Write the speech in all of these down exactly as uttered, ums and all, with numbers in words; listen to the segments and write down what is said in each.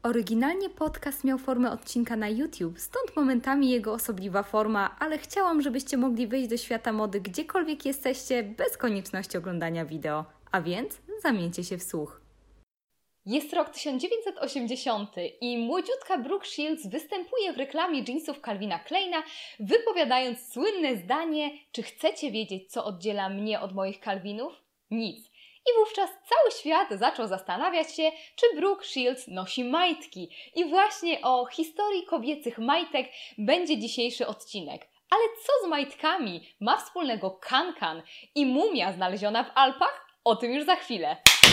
Oryginalnie podcast miał formę odcinka na YouTube, stąd momentami jego osobliwa forma, ale chciałam, żebyście mogli wejść do świata mody gdziekolwiek jesteście, bez konieczności oglądania wideo. A więc zamieńcie się w słuch. Jest rok tysiąc dziewięćset osiemdziesiąty i młodziutka Brooke Shields występuje w reklamie jeansów Calvina Kleina, wypowiadając słynne zdanie: czy chcecie wiedzieć, co oddziela mnie od moich Calvinów? Nic. I wówczas cały świat zaczął zastanawiać się, czy Brooke Shields nosi majtki. I właśnie o historii kobiecych majtek będzie dzisiejszy odcinek. Ale co z majtkami ma wspólnego Kan-Kan i mumia znaleziona w Alpach? O tym już za chwilę.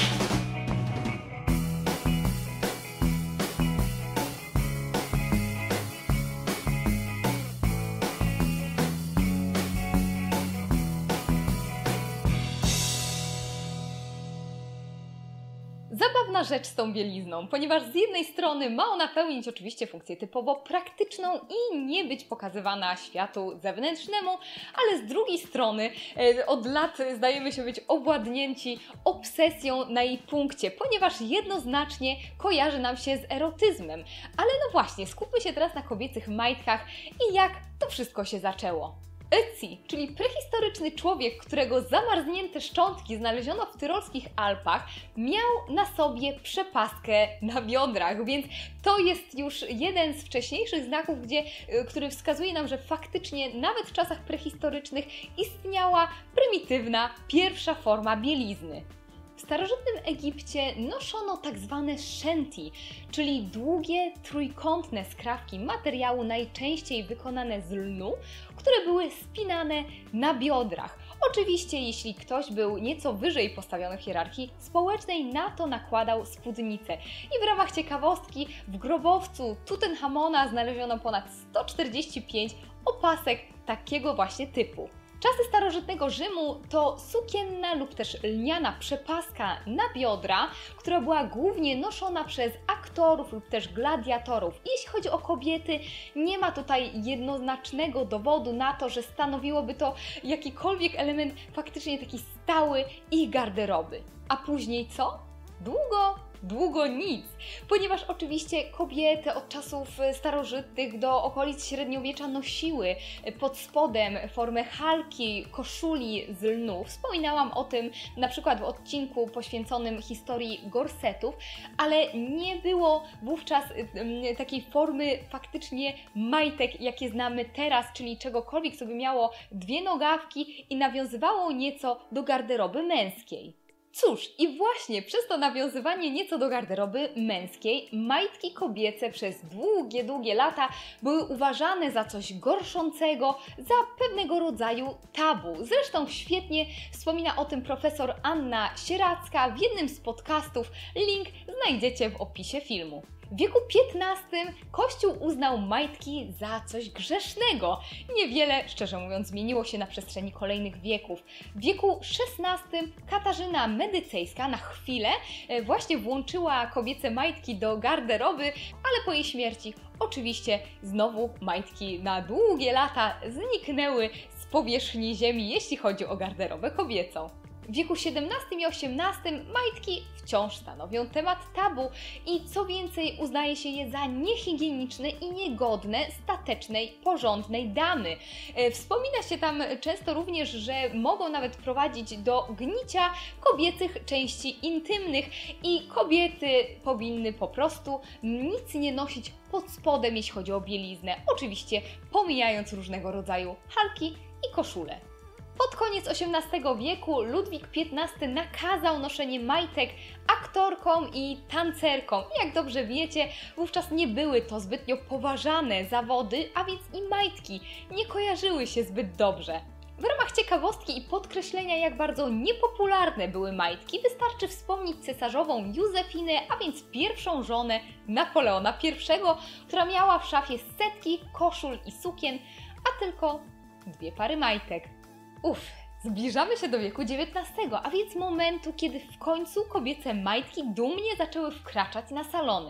Zabawna rzecz z tą bielizną, ponieważ z jednej strony ma ona pełnić oczywiście funkcję typowo praktyczną i nie być pokazywana światu zewnętrznemu, ale z drugiej strony e, od lat zdajemy się być owładnięci obsesją na jej punkcie, ponieważ jednoznacznie kojarzy nam się z erotyzmem. Ale no właśnie, skupmy się teraz na kobiecych majtkach i jak to wszystko się zaczęło. Ötzi, czyli prehistoryczny człowiek, którego zamarznięte szczątki znaleziono w tyrolskich Alpach, miał na sobie przepastkę na biodrach, więc to jest już jeden z wcześniejszych znaków, gdzie, który wskazuje nam, że faktycznie nawet w czasach prehistorycznych istniała prymitywna, pierwsza forma bielizny. W starożytnym Egipcie noszono tak zwane shanty, czyli długie, trójkątne skrawki materiału najczęściej wykonane z lnu, które były spinane na biodrach. Oczywiście, jeśli ktoś był nieco wyżej postawiony w hierarchii społecznej, na to nakładał spódnicę. I w ramach ciekawostki w grobowcu Tutenchamona znaleziono ponad sto czterdzieści pięć opasek takiego właśnie typu. Czasy starożytnego Rzymu to sukienna lub też lniana przepaska na biodra, która była głównie noszona przez aktorów lub też gladiatorów. Jeśli chodzi o kobiety, nie ma tutaj jednoznacznego dowodu na to, że stanowiłoby to jakikolwiek element faktycznie taki stały ich garderoby. A później co? Długo, długo nic, ponieważ oczywiście kobiety od czasów starożytnych do okolic średniowiecza nosiły pod spodem formę halki, koszuli z lnu. Wspominałam o tym na przykład w odcinku poświęconym historii gorsetów, ale nie było wówczas takiej formy faktycznie majtek, jakie znamy teraz, czyli czegokolwiek, co by miało dwie nogawki i nawiązywało nieco do garderoby męskiej. Cóż, i właśnie przez to nawiązywanie nieco do garderoby męskiej, majtki kobiece przez długie, długie lata były uważane za coś gorszącego, za pewnego rodzaju tabu. Zresztą świetnie wspomina o tym profesor Anna Sieracka w jednym z podcastów. Link znajdziecie w opisie filmu. W wieku piętnastym Kościół uznał majtki za coś grzesznego. Niewiele, szczerze mówiąc, zmieniło się na przestrzeni kolejnych wieków. W wieku szesnastym Katarzyna Medycejska na chwilę właśnie włączyła kobiece majtki do garderoby, ale po jej śmierci oczywiście znowu majtki na długie lata zniknęły z powierzchni ziemi, jeśli chodzi o garderobę kobiecą. W wieku siedemnastym i osiemnastym majtki wciąż stanowią temat tabu i co więcej uznaje się je za niehigieniczne i niegodne statecznej, porządnej damy. Wspomina się tam często również, że mogą nawet prowadzić do gnicia kobiecych części intymnych i kobiety powinny po prostu nic nie nosić pod spodem, jeśli chodzi o bieliznę, oczywiście pomijając różnego rodzaju halki i koszule. Pod koniec osiemnastego wieku Ludwik piętnasty nakazał noszenie majtek aktorkom i tancerkom. I jak dobrze wiecie, wówczas nie były to zbytnio poważane zawody, a więc i majtki nie kojarzyły się zbyt dobrze. W ramach ciekawostki i podkreślenia, jak bardzo niepopularne były majtki, wystarczy wspomnieć cesarzową Józefinę, a więc pierwszą żonę Napoleona pierwszego, która miała w szafie setki koszul i sukien, a tylko dwie pary majtek. Uff, zbliżamy się do wieku dziewiętnastego, a więc momentu, kiedy w końcu kobiece majtki dumnie zaczęły wkraczać na salony.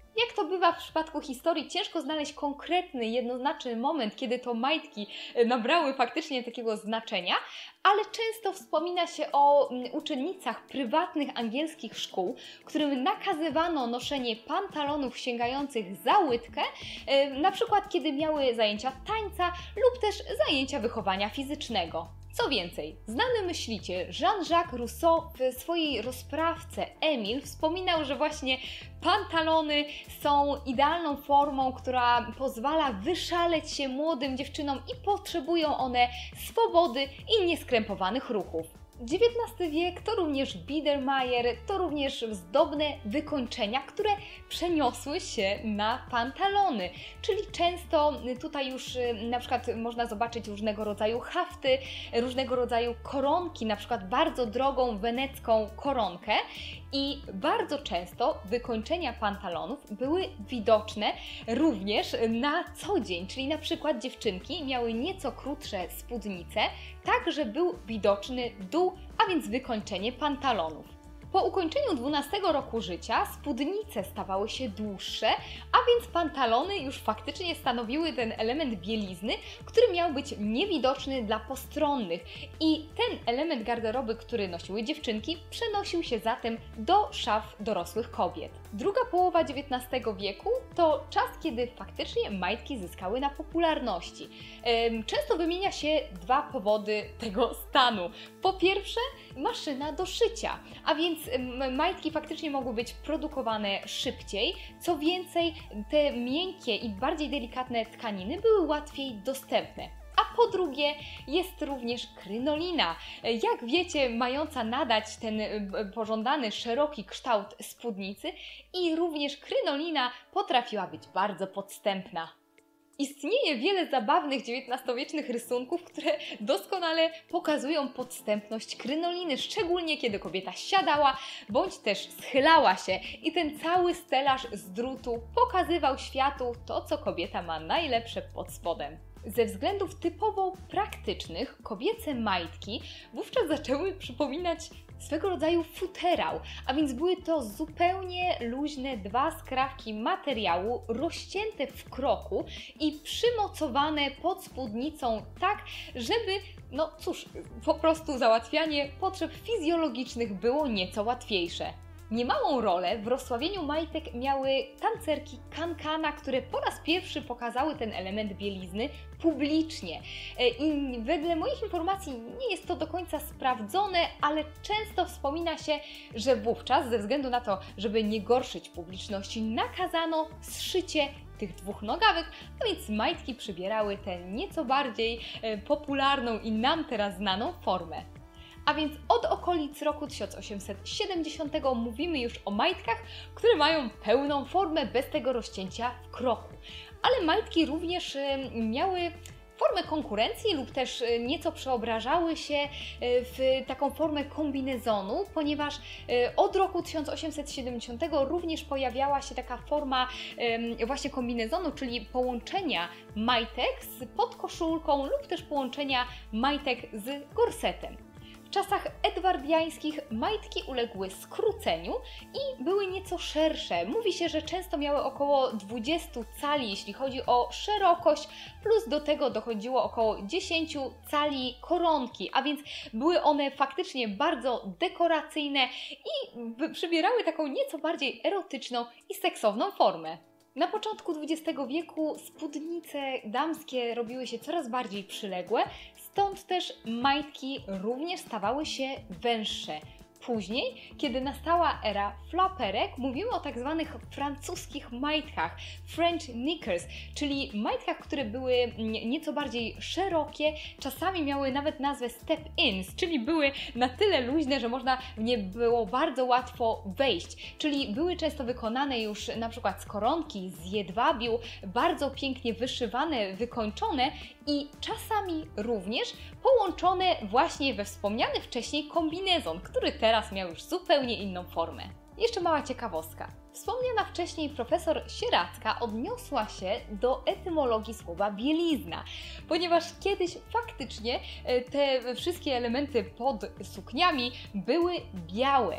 Jak to bywa w przypadku historii, ciężko znaleźć konkretny, jednoznaczny moment, kiedy to majtki nabrały faktycznie takiego znaczenia, ale często wspomina się o uczennicach prywatnych angielskich szkół, którym nakazywano noszenie pantalonów sięgających za łydkę, na przykład kiedy miały zajęcia tańca lub też zajęcia wychowania fizycznego. Co więcej, znany myśliciel Jean-Jacques Rousseau w swojej rozprawce Emile wspominał, że właśnie pantalony są idealną formą, która pozwala wyszaleć się młodym dziewczynom i potrzebują one swobody i nieskrępowanych ruchów. dziewiętnasty wiek to również Biedermeier, to również zdobne wykończenia, które przeniosły się na pantalony. Czyli często tutaj już na przykład można zobaczyć różnego rodzaju hafty, różnego rodzaju koronki, na przykład bardzo drogą wenecką koronkę. I bardzo często wykończenia pantalonów były widoczne również na co dzień, czyli na przykład dziewczynki miały nieco krótsze spódnice, tak że był widoczny dół, a więc wykończenie pantalonów. Po ukończeniu dwunastego roku życia spódnice stawały się dłuższe, a więc pantalony już faktycznie stanowiły ten element bielizny, który miał być niewidoczny dla postronnych. I ten element garderoby, który nosiły dziewczynki, przenosił się zatem do szaf dorosłych kobiet. Druga połowa dziewiętnastego wieku to czas, kiedy faktycznie majtki zyskały na popularności. Często wymienia się dwa powody tego stanu. Po pierwsze, maszyna do szycia, a więc majtki faktycznie mogły być produkowane szybciej. Co więcej, te miękkie i bardziej delikatne tkaniny były łatwiej dostępne. A po drugie jest również krynolina. Jak wiecie, mająca nadać ten pożądany, szeroki kształt spódnicy i również krynolina potrafiła być bardzo podstępna. Istnieje wiele zabawnych dziewiętnastowiecznych rysunków, które doskonale pokazują podstępność krynoliny, szczególnie kiedy kobieta siadała bądź też schylała się i ten cały stelaż z drutu pokazywał światu to, co kobieta ma najlepsze pod spodem. Ze względów typowo praktycznych kobiece majtki wówczas zaczęły przypominać swego rodzaju futerał, a więc były to zupełnie luźne dwa skrawki materiału rozcięte w kroku i przymocowane pod spódnicą tak, żeby, no cóż, po prostu załatwianie potrzeb fizjologicznych było nieco łatwiejsze. Niemałą rolę w rozsławieniu majtek miały tancerki kankana, które po raz pierwszy pokazały ten element bielizny publicznie. I wedle moich informacji nie jest to do końca sprawdzone, ale często wspomina się, że wówczas, ze względu na to, żeby nie gorszyć publiczności, nakazano zszycie tych dwóch nogawek, a więc majtki przybierały tę nieco bardziej popularną i nam teraz znaną formę. A więc od okolic roku tysiąc osiemset siedemdziesiątego mówimy już o majtkach, które mają pełną formę bez tego rozcięcia w kroku. Ale majtki również miały formę konkurencji lub też nieco przeobrażały się w taką formę kombinezonu, ponieważ od roku tysiąc osiemset siedemdziesiątego również pojawiała się taka forma właśnie kombinezonu, czyli połączenia majtek z podkoszulką lub też połączenia majtek z gorsetem. W czasach edwardiańskich majtki uległy skróceniu i były nieco szersze. Mówi się, że często miały około dwadzieścia cali, jeśli chodzi o szerokość, plus do tego dochodziło około dziesięć cali koronki, a więc były one faktycznie bardzo dekoracyjne i przybierały taką nieco bardziej erotyczną i seksowną formę. Na początku dwudziestego wieku spódnice damskie robiły się coraz bardziej przyległe, stąd też majtki również stawały się węższe. Później, kiedy nastała era flaperek, mówimy o tak zwanych francuskich majtkach, French knickers, czyli majtkach, które były nieco bardziej szerokie, czasami miały nawet nazwę step-ins, czyli były na tyle luźne, że można w nie było bardzo łatwo wejść, czyli były często wykonane już na przykład z koronki, z jedwabiu, bardzo pięknie wyszywane, wykończone i czasami również połączone właśnie we wspomniany wcześniej kombinezon, który teraz miał już zupełnie inną formę. Jeszcze mała ciekawostka. Wspomniana wcześniej profesor Sieracka odniosła się do etymologii słowa bielizna, ponieważ kiedyś faktycznie te wszystkie elementy pod sukniami były białe.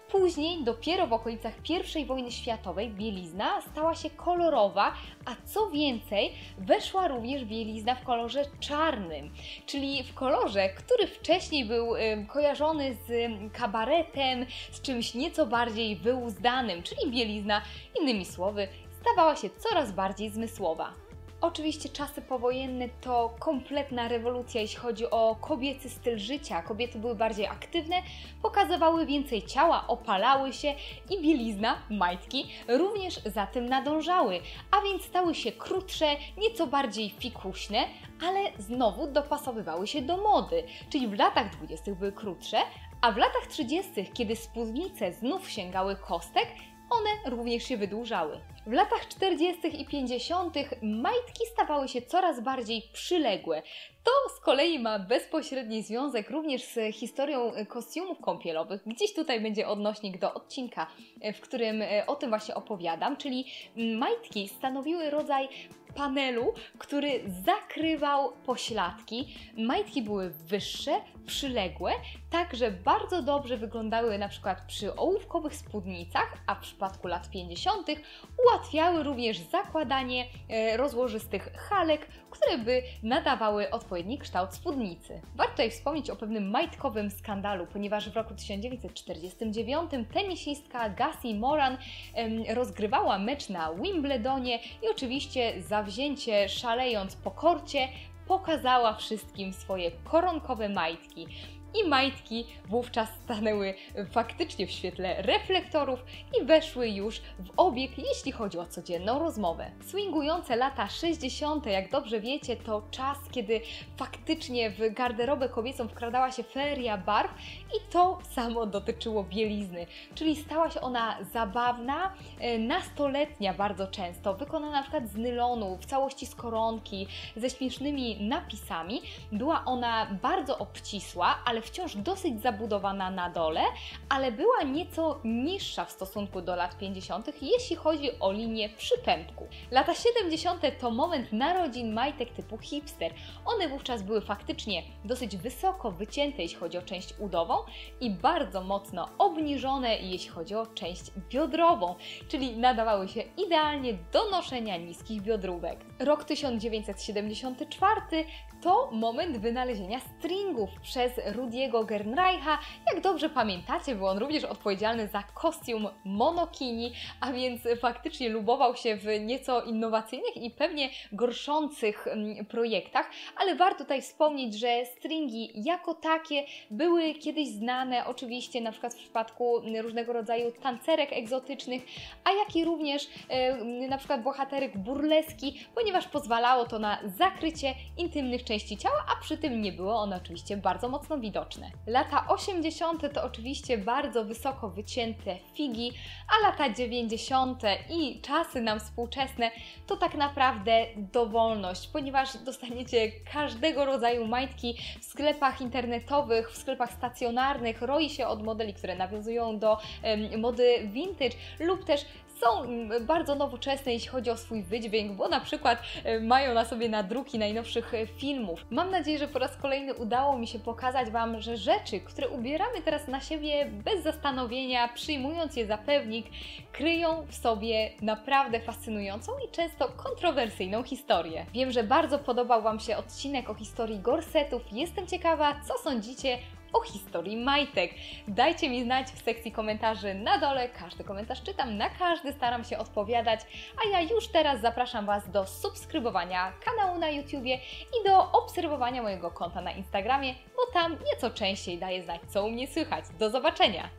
Później, dopiero w okolicach pierwszej wojny światowej, bielizna stała się kolorowa, a co więcej, weszła również bielizna w kolorze czarnym, czyli w kolorze, który wcześniej był y, kojarzony z kabaretem, z czymś nieco bardziej wyuzdanym, czyli bielizna, innymi słowy, stawała się coraz bardziej zmysłowa. Oczywiście czasy powojenne to kompletna rewolucja, jeśli chodzi o kobiecy styl życia. Kobiety były bardziej aktywne, pokazywały więcej ciała, opalały się i bielizna, majtki, również za tym nadążały, a więc stały się krótsze, nieco bardziej fikuśne, ale znowu dopasowywały się do mody, czyli w latach dwudziestych były krótsze, a w latach trzydziestych, kiedy spódnice znów sięgały kostek, one również się wydłużały. W latach czterdziestych i pięćdziesiątych majtki stawały się coraz bardziej przyległe. To z kolei ma bezpośredni związek również z historią kostiumów kąpielowych. Gdzieś tutaj będzie odnośnik do odcinka, w którym o tym właśnie opowiadam, czyli majtki stanowiły rodzaj panelu, który zakrywał pośladki. Majtki były wyższe, przyległe, tak że bardzo dobrze wyglądały na przykład przy ołówkowych spódnicach, a w przypadku lat pięćdziesiątych ułatwiały również zakładanie e, rozłożystych halek, które by nadawały odpowiedni kształt spódnicy. Warto tutaj wspomnieć o pewnym majtkowym skandalu, ponieważ w roku tysiąc dziewięćset czterdziestym dziewiątym tenisistka Gussie Moran em, rozgrywała mecz na Wimbledonie i oczywiście zawzięcie szalejąc po korcie pokazała wszystkim swoje koronkowe majtki. I majtki wówczas stanęły faktycznie w świetle reflektorów i weszły już w obieg, jeśli chodzi o codzienną rozmowę. Swingujące lata sześćdziesiąte, jak dobrze wiecie, to czas, kiedy faktycznie w garderobę kobiecą wkradała się feria barw i to samo dotyczyło bielizny, czyli stała się ona zabawna, nastoletnia bardzo często, wykonana na przykład z nylonu, w całości z koronki, ze śmiesznymi napisami. Była ona bardzo obcisła, ale wciąż dosyć zabudowana na dole, ale była nieco niższa w stosunku do lat pięćdziesiątych, jeśli chodzi o linię przypępku. Lata siedemdziesiąte to moment narodzin majtek typu hipster. One wówczas były faktycznie dosyć wysoko wycięte, jeśli chodzi o część udową i bardzo mocno obniżone, jeśli chodzi o część biodrową, czyli nadawały się idealnie do noszenia niskich biodrówek. Rok tysiąc dziewięćset siedemdziesiąty czwarty to moment wynalezienia stringów przez Rudiego Gernreicha. Jak dobrze pamiętacie, był on również odpowiedzialny za kostium monokini, a więc faktycznie lubował się w nieco innowacyjnych i pewnie gorszących projektach, ale warto tutaj wspomnieć, że stringi jako takie były kiedyś znane, oczywiście na przykład w przypadku różnego rodzaju tancerek egzotycznych, a jak i również e, na przykład bohaterek burleski, ponieważ pozwalało to na zakrycie intymnych części ciała, a przy tym nie było one oczywiście bardzo mocno widoczne. Lata osiemdziesiąte to oczywiście bardzo wysoko wycięte figi, a lata dziewięćdziesiąte i czasy nam współczesne to tak naprawdę dowolność, ponieważ dostaniecie każdego rodzaju majtki w sklepach internetowych, w sklepach stacjonarnych, roi się od modeli, które nawiązują do um, mody vintage lub też są bardzo nowoczesne, jeśli chodzi o swój wydźwięk, bo na przykład mają na sobie nadruki najnowszych filmów. Mam nadzieję, że po raz kolejny udało mi się pokazać Wam, że rzeczy, które ubieramy teraz na siebie bez zastanowienia, przyjmując je za pewnik, kryją w sobie naprawdę fascynującą i często kontrowersyjną historię. Wiem, że bardzo podobał Wam się odcinek o historii gorsetów. Jestem ciekawa, co sądzicie o historii majtek. Dajcie mi znać w sekcji komentarzy na dole, każdy komentarz czytam, na każdy staram się odpowiadać, a ja już teraz zapraszam Was do subskrybowania kanału na YouTubie i do obserwowania mojego konta na Instagramie, bo tam nieco częściej daję znać, co u mnie słychać. Do zobaczenia!